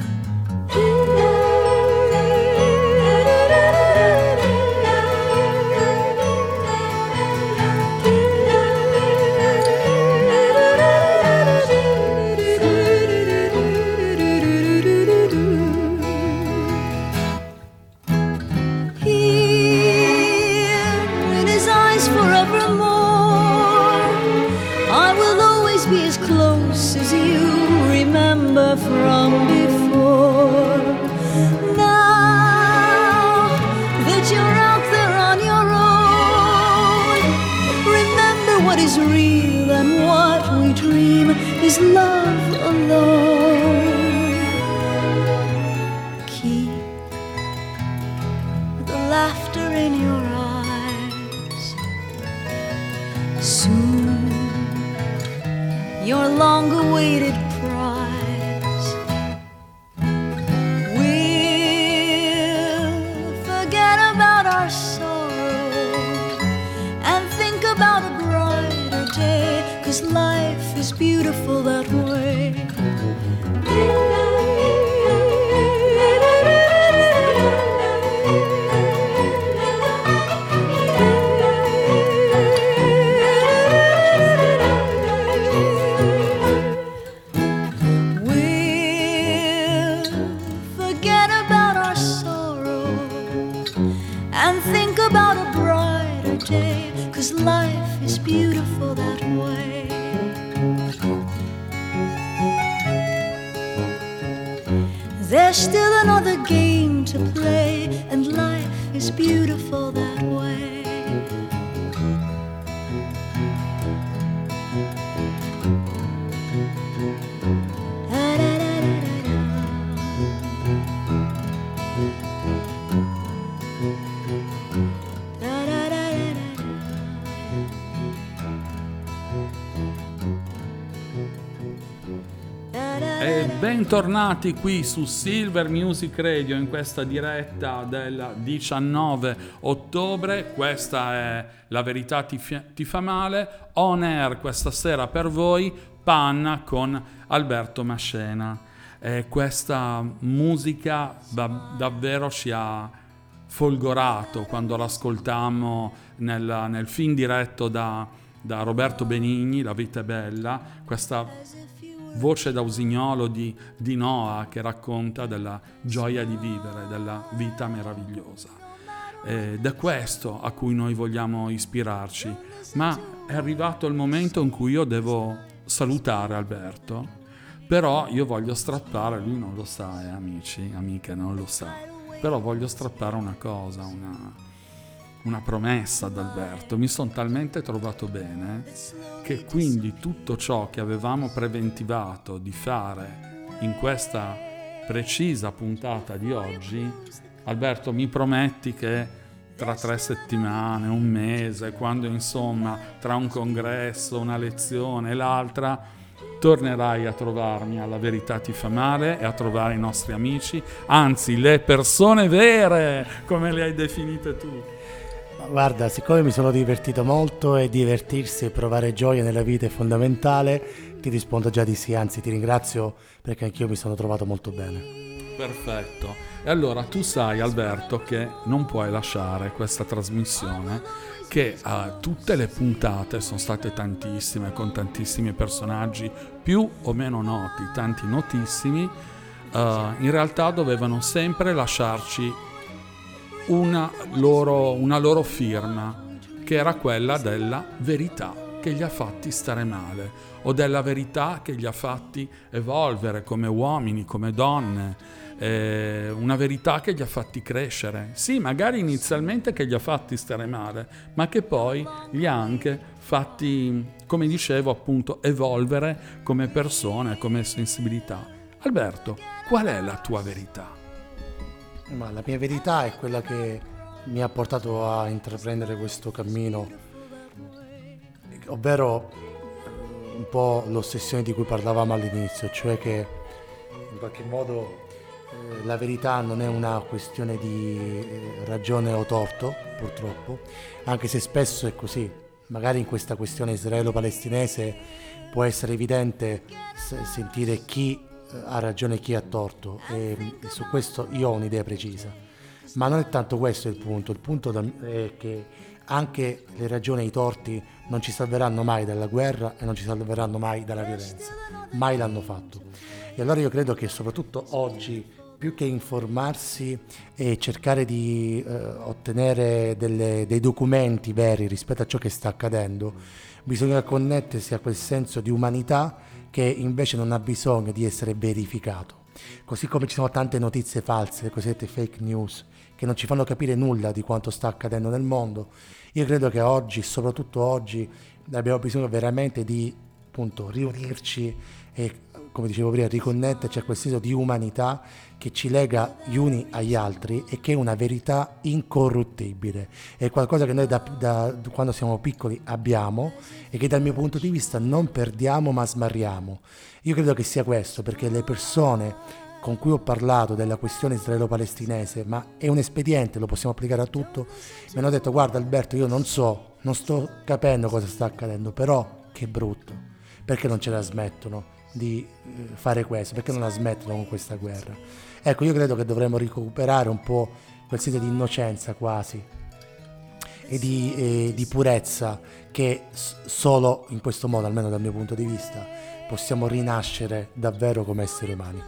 From before. Now that you're out there on your own, remember what is real and what we dream is love alone. Keep the laughter in your eyes. Soon your long-awaited life is beautiful that way. We'll forget about our sorrow and think about a brighter day, 'cause life is beautiful that way. There's still another game to play, and life is beautiful that way. Bentornati qui su Silver Music Radio in questa diretta del diciannove ottobre. Questa è La Verità ti, fi- ti fa male, on air questa sera per voi, Pan con Alberto Mascena. E questa musica da- davvero ci ha folgorato quando l'ascoltammo nel, nel film diretto da, da Roberto Benigni, La vita è bella. Questa voce da usignolo di, di Noah che racconta della gioia di vivere, della vita meravigliosa. Ed è questo a cui noi vogliamo ispirarci, ma è arrivato il momento in cui io devo salutare Alberto, però io voglio strappare, lui non lo sa, eh, amici, amiche, non lo sa, però voglio strappare una cosa, una, una promessa ad Alberto. Mi sono talmente trovato bene che quindi tutto ciò che avevamo preventivato di fare in questa precisa puntata di oggi, Alberto, mi prometti che tra tre settimane, un mese, quando insomma tra un congresso, una lezione e l'altra, tornerai a trovarmi alla Verità ti fa male e a trovare i nostri amici, anzi le persone vere, come le hai definite tu. Guarda, siccome mi sono divertito molto e divertirsi e provare gioia nella vita è fondamentale, ti rispondo già di sì, anzi ti ringrazio perché anch'io mi sono trovato molto bene. Perfetto. E allora tu sai, Alberto, che non puoi lasciare questa trasmissione, che uh, tutte le puntate sono state tantissime, con tantissimi personaggi più o meno noti, tanti notissimi, uh, in realtà dovevano sempre lasciarci una loro, una loro firma, che era quella della verità che gli ha fatti stare male, o della verità che li ha fatti evolvere come uomini, come donne, eh, una verità che li ha fatti crescere. Sì, magari inizialmente che gli ha fatti stare male, ma che poi li ha anche fatti, come dicevo appunto, evolvere come persone, come sensibilità. Alberto, qual è la tua verità? Ma la mia verità è quella che mi ha portato a intraprendere questo cammino, ovvero un po' l'ossessione di cui parlavamo all'inizio, cioè che in qualche modo eh, la verità non è una questione di eh, ragione o torto, purtroppo, anche se spesso è così. Magari in questa questione israelo-palestinese può essere evidente s- sentire chi eh, ha ragione e chi ha torto, e, e su questo io ho un'idea precisa. Ma non è tanto questo il punto, il punto da- è che anche le ragioni e i torti non ci salveranno mai dalla guerra e non ci salveranno mai dalla violenza, mai l'hanno fatto. E allora io credo che soprattutto oggi, più che informarsi e cercare di eh, ottenere delle, dei documenti veri rispetto a ciò che sta accadendo, bisogna connettersi a quel senso di umanità che invece non ha bisogno di essere verificato. Così come ci sono tante notizie false, le cosiddette fake news, che non ci fanno capire nulla di quanto sta accadendo nel mondo, io credo che oggi, soprattutto oggi, abbiamo bisogno veramente di, appunto, riunirci e, come dicevo prima, riconnetterci a quel senso di umanità che ci lega gli uni agli altri e che è una verità incorruttibile. È qualcosa che noi da, da quando siamo piccoli abbiamo e che dal mio punto di vista non perdiamo ma smarriamo. Io credo che sia questo, perché le persone con cui ho parlato della questione israelo-palestinese, ma è un espediente, lo possiamo applicare a tutto, mi hanno detto: guarda Alberto, io non so, non sto capendo cosa sta accadendo, però che brutto, perché non ce la smettono di fare questo, perché non la smettono con questa guerra. Ecco, io credo che dovremmo recuperare un po' quel senso di innocenza quasi e di, eh, di purezza che s- solo in questo modo, almeno dal mio punto di vista, possiamo rinascere davvero come esseri umani.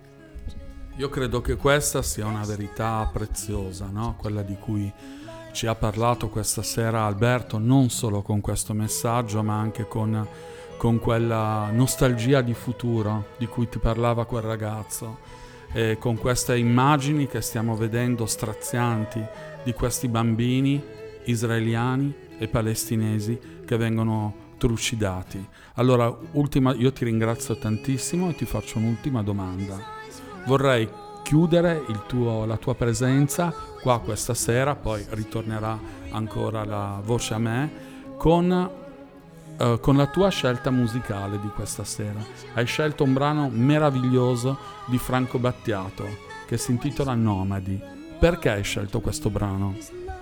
Io credo che questa sia una verità preziosa, no? Quella di cui ci ha parlato questa sera Alberto, non solo con questo messaggio, ma anche con, con quella nostalgia di futuro di cui ti parlava quel ragazzo, e con queste immagini che stiamo vedendo strazianti di questi bambini israeliani e palestinesi che vengono trucidati. Allora, ultima, io ti ringrazio tantissimo e ti faccio un'ultima domanda. Vorrei chiudere il tuo, la tua presenza qua questa sera, poi ritornerà ancora la voce a me, con, uh, con la tua scelta musicale di questa sera. Hai scelto un brano meraviglioso di Franco Battiato che si intitola Nomadi. Perché hai scelto questo brano?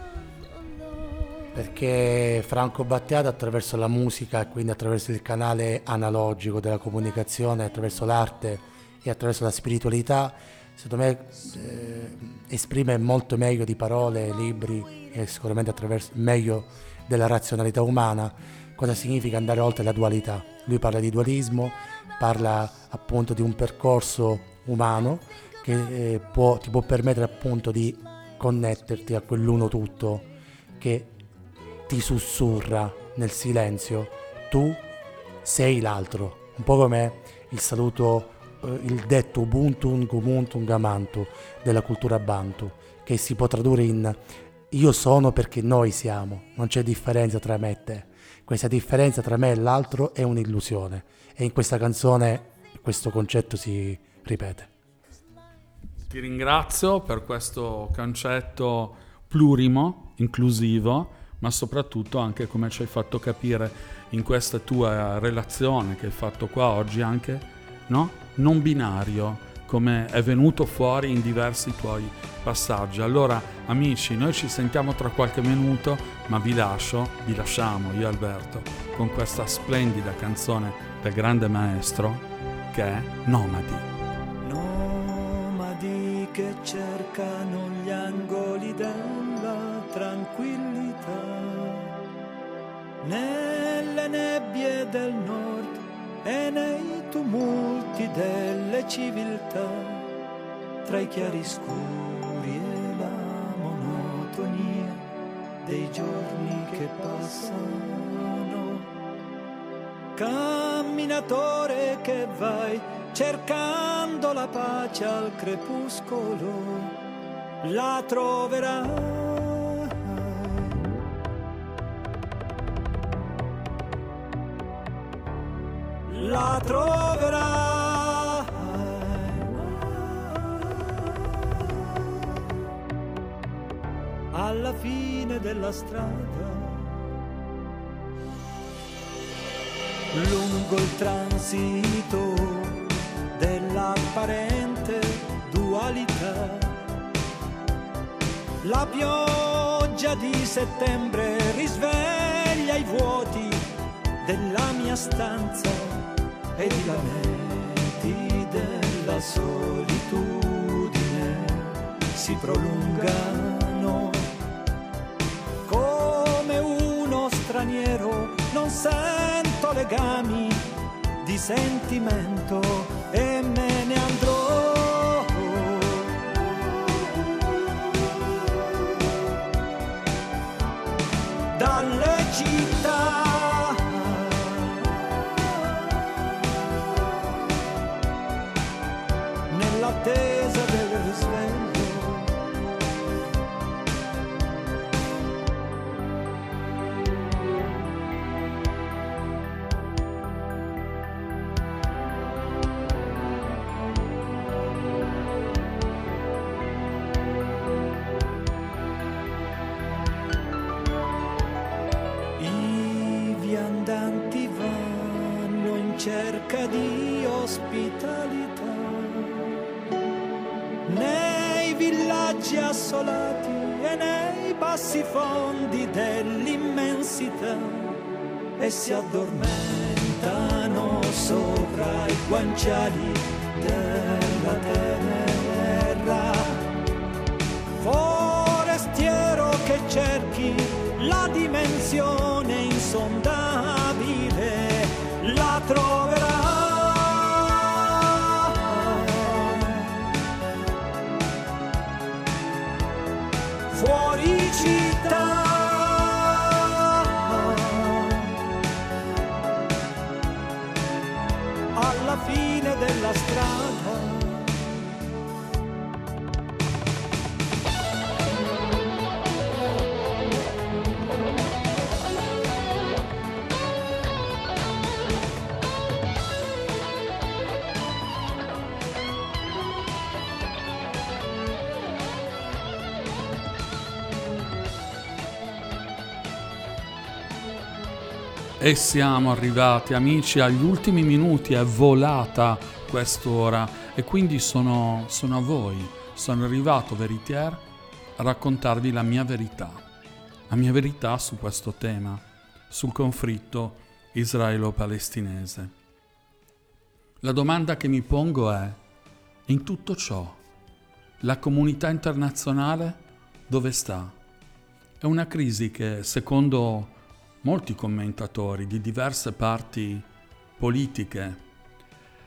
Perché Franco Battiato, attraverso la musica e quindi attraverso il canale analogico della comunicazione, attraverso l'arte e attraverso la spiritualità, secondo me eh, esprime molto meglio di parole, libri e sicuramente attraverso meglio della razionalità umana cosa significa andare oltre la dualità. Lui parla di dualismo, parla appunto di un percorso umano che eh, può, ti può permettere appunto di connetterti a quell'uno tutto che ti sussurra nel silenzio: tu sei l'altro, un po' come il saluto, eh, il detto Ubuntu Gumuntu Ngamantu della cultura Bantu, che si può tradurre in io sono perché noi siamo, non c'è differenza tra me e te. Questa differenza tra me e l'altro è un'illusione, e in questa canzone questo concetto si ripete. Ti ringrazio per questo concetto plurimo, inclusivo, ma soprattutto anche come ci hai fatto capire in questa tua relazione che hai fatto qua oggi, anche no? non binario, come è venuto fuori in diversi tuoi passaggi. Allora amici, noi ci sentiamo tra qualche minuto, ma vi lascio, vi lasciamo io e Alberto con questa splendida canzone del grande maestro che è Nomadi. Nomadi che cercano gli angoli della tranquillità, nelle nebbie del nord e nei tumulti delle civiltà, tra i chiaroscuri e la monotonia dei giorni che passano. Camminatore che vai cercando la pace al crepuscolo, la troverai. La troverai alla fine della strada, lungo il transito dell'apparente dualità. La pioggia di settembre risveglia i vuoti della mia stanza ed i lamenti della solitudine si prolungano. Come uno straniero non sento legami di sentimento e me ne andrò. Dalle città nell'attesa del risveglio. I viandanti vanno in cerca di ospitalità nei villaggi assolati e nei bassi fondi dell'immensità, e si addormentano sopra i guanciali della terra. Forestiero che cerchi la dimensione insondabile, la troverai. Fuori città, alla fine della strada. E siamo arrivati, amici, agli ultimi minuti. È volata quest'ora e quindi sono, sono a voi. Sono arrivato, Veritier, a raccontarvi la mia verità. La mia verità su questo tema, sul conflitto israelo-palestinese. La domanda che mi pongo è: in tutto ciò, la comunità internazionale dove sta? È una crisi che, secondo molti commentatori di diverse parti politiche,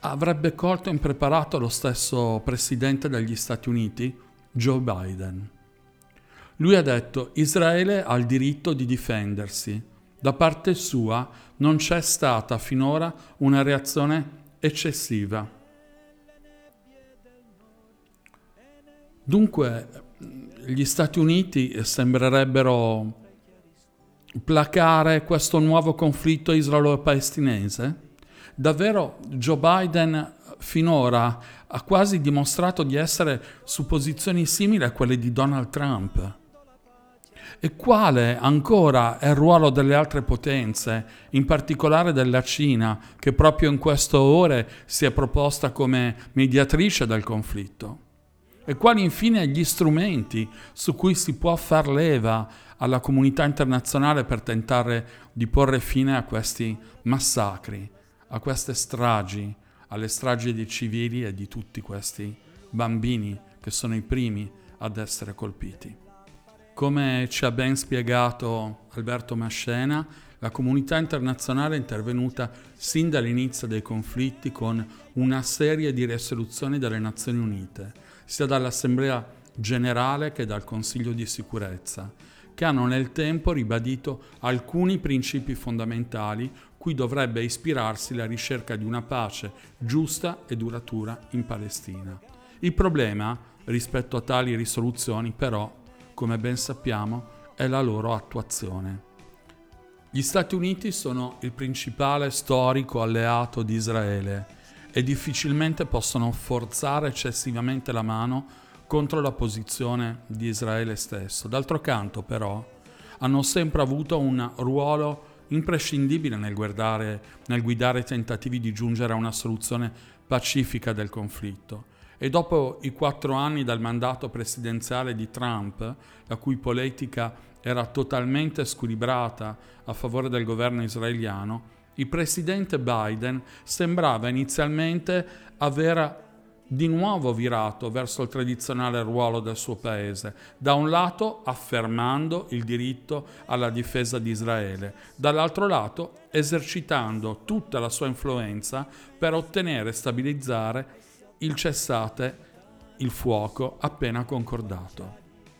avrebbe colto impreparato lo stesso presidente degli Stati Uniti, Joe Biden. Lui ha detto: Israele ha il diritto di difendersi. Da parte sua non c'è stata finora una reazione eccessiva. Dunque, gli Stati Uniti sembrerebbero placare questo nuovo conflitto israelo-palestinese? Davvero Joe Biden finora ha quasi dimostrato di essere su posizioni simili a quelle di Donald Trump. E quale ancora è il ruolo delle altre potenze, in particolare della Cina, che proprio in queste ore si è proposta come mediatrice del conflitto? E quali infine gli strumenti su cui si può far leva alla comunità internazionale per tentare di porre fine a questi massacri, a queste stragi, alle stragi dei civili e di tutti questi bambini che sono i primi ad essere colpiti? Come ci ha ben spiegato Alberto Mascena, la comunità internazionale è intervenuta sin dall'inizio dei conflitti con una serie di risoluzioni delle Nazioni Unite, sia dall'Assemblea Generale che dal Consiglio di Sicurezza, che hanno nel tempo ribadito alcuni principi fondamentali cui dovrebbe ispirarsi la ricerca di una pace giusta e duratura in Palestina. Il problema, rispetto a tali risoluzioni, però, come ben sappiamo, è la loro attuazione. Gli Stati Uniti sono il principale storico alleato di Israele e difficilmente possono forzare eccessivamente la mano contro la posizione di Israele stesso. D'altro canto, però, hanno sempre avuto un ruolo imprescindibile nel guardare, nel guidare i tentativi di giungere a una soluzione pacifica del conflitto. E dopo i quattro anni dal mandato presidenziale di Trump, la cui politica era totalmente squilibrata a favore del governo israeliano, il presidente Biden sembrava inizialmente aver di nuovo virato verso il tradizionale ruolo del suo paese, da un lato affermando il diritto alla difesa di Israele, dall'altro lato esercitando tutta la sua influenza per ottenere e stabilizzare il cessate il fuoco appena concordato.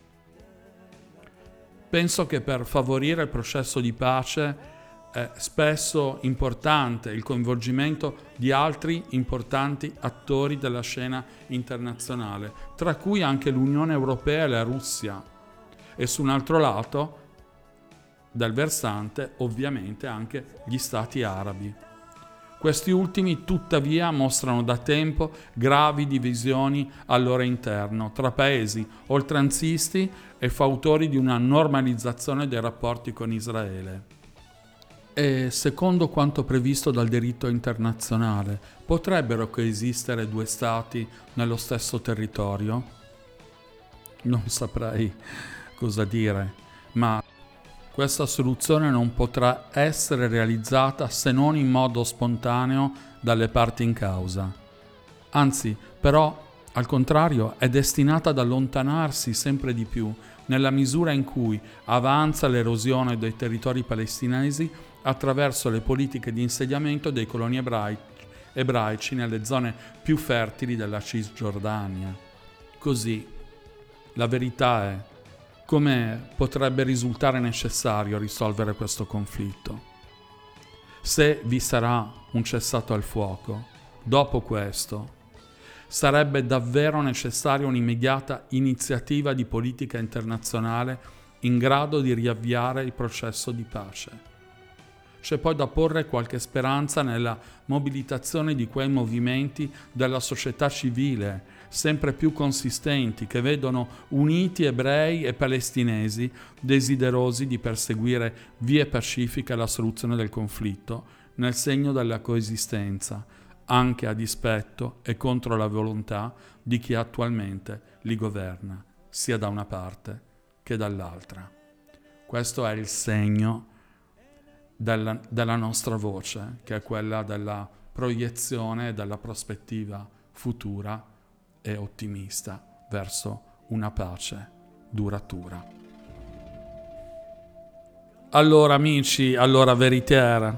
Penso che per favorire il processo di pace è spesso importante il coinvolgimento di altri importanti attori della scena internazionale, tra cui anche l'Unione Europea e la Russia, e su un altro lato del versante ovviamente anche gli stati arabi. Questi ultimi, tuttavia, mostrano da tempo gravi divisioni al loro interno tra paesi oltranzisti e fautori di una normalizzazione dei rapporti con Israele. E secondo quanto previsto dal diritto internazionale, potrebbero coesistere due stati nello stesso territorio? Non saprei cosa dire, ma questa soluzione non potrà essere realizzata se non in modo spontaneo dalle parti in causa. Anzi, però, al contrario, è destinata ad allontanarsi sempre di più nella misura in cui avanza l'erosione dei territori palestinesi attraverso le politiche di insediamento dei coloni ebrai- ebraici nelle zone più fertili della Cisgiordania. Così, la verità è: come potrebbe risultare necessario risolvere questo conflitto? Se vi sarà un cessato al fuoco, dopo questo, sarebbe davvero necessaria un'immediata iniziativa di politica internazionale in grado di riavviare il processo di pace. C'è poi da porre qualche speranza nella mobilitazione di quei movimenti della società civile sempre più consistenti che vedono uniti ebrei e palestinesi desiderosi di perseguire vie pacifiche alla soluzione del conflitto nel segno della coesistenza, anche a dispetto e contro la volontà di chi attualmente li governa, sia da una parte che dall'altra. Questo è il segno della, della nostra voce, che è quella della proiezione e della prospettiva futura e ottimista verso una pace duratura. Allora amici, allora veritiera,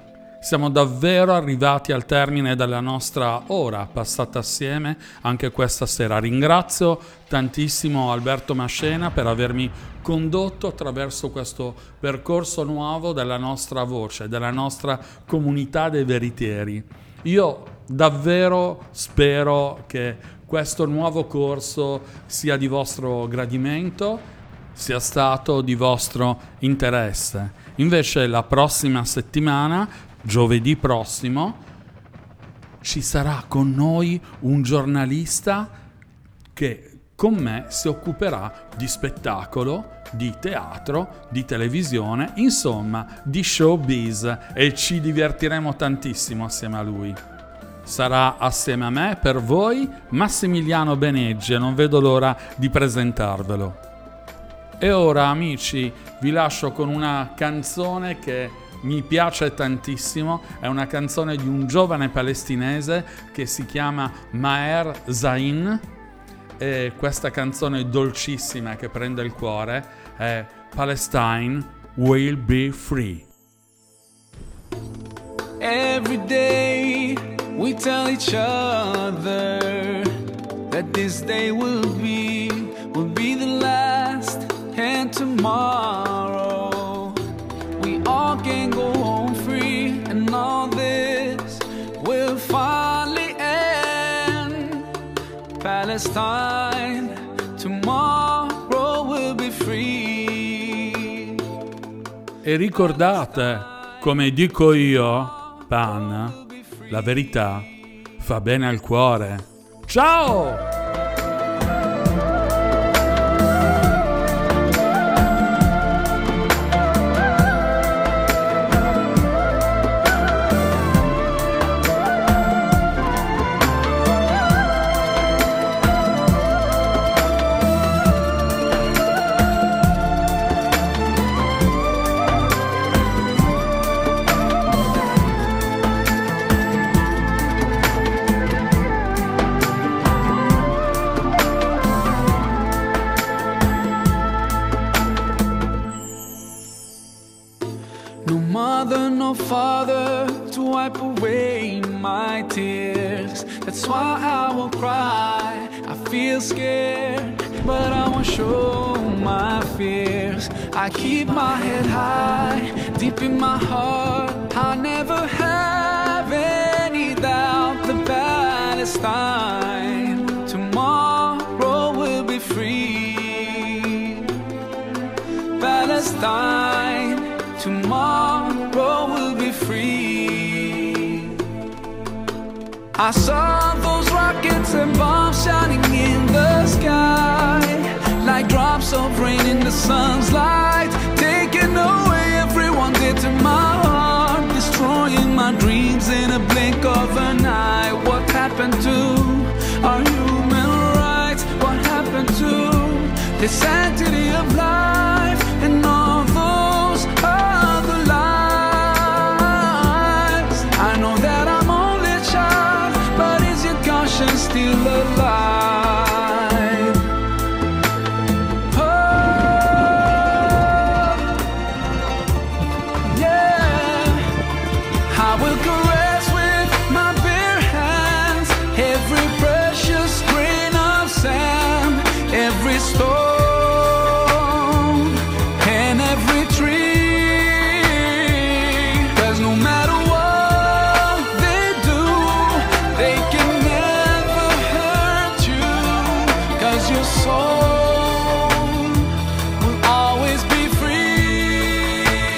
Siamo davvero arrivati al termine della nostra ora passata assieme anche questa sera. Ringrazio tantissimo Alberto Mascena per avermi condotto attraverso questo percorso nuovo della nostra voce, della nostra comunità dei veritieri. Io davvero spero che questo nuovo corso sia di vostro gradimento, sia stato di vostro interesse. Invece la prossima settimana, giovedì prossimo, ci sarà con noi un giornalista che con me si occuperà di spettacolo, di teatro, di televisione, insomma di showbiz, e ci divertiremo tantissimo assieme a lui. Sarà assieme a me, per voi, Massimiliano Beneggi, e non vedo l'ora di presentarvelo. E ora, amici, vi lascio con una canzone che mi piace tantissimo. È una canzone di un giovane palestinese che si chiama Maher Zain, e questa canzone dolcissima che prende il cuore è Palestine Will Be Free. Every day we tell each other that this day will be, will be the last, and tomorrow we all can go home free, and all this will finally end. Palestine, tomorrow will be free. E ricordate, come dico io, Pan, la verità fa bene al cuore. Ciao! Father, to wipe away my tears. That's why I won't cry. I feel scared, but I won't show my fears. I keep my head high, deep in my heart. I never have any doubt that Palestine tomorrow will be free. Palestine tomorrow will be free. I saw those rockets and bombs shining in the sky, like drops of rain in the sun's light, taking away everyone dear to my heart, destroying my dreams in a blink of an eye. What happened to our human rights? What happened to the sanctity of life and all those other lives? I know that I'm only a child, but is your conscience still alive? Oh, yeah. I will caress with my bare hands every precious grain of sand, every stone and every tree. 'Cause no matter what they do, they can never hurt you. 'Cause your soul will always be free.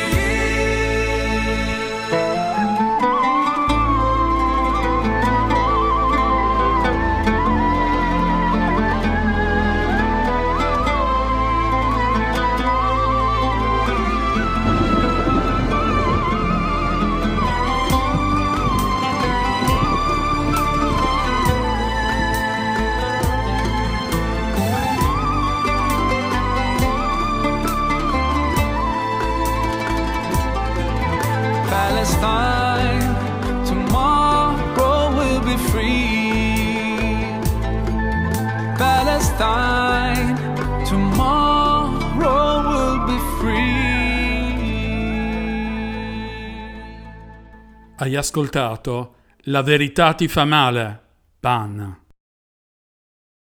Palestine, tomorrow will be free. Palestine, tomorrow will be free. Hai ascoltato La verità ti fa male, Pan.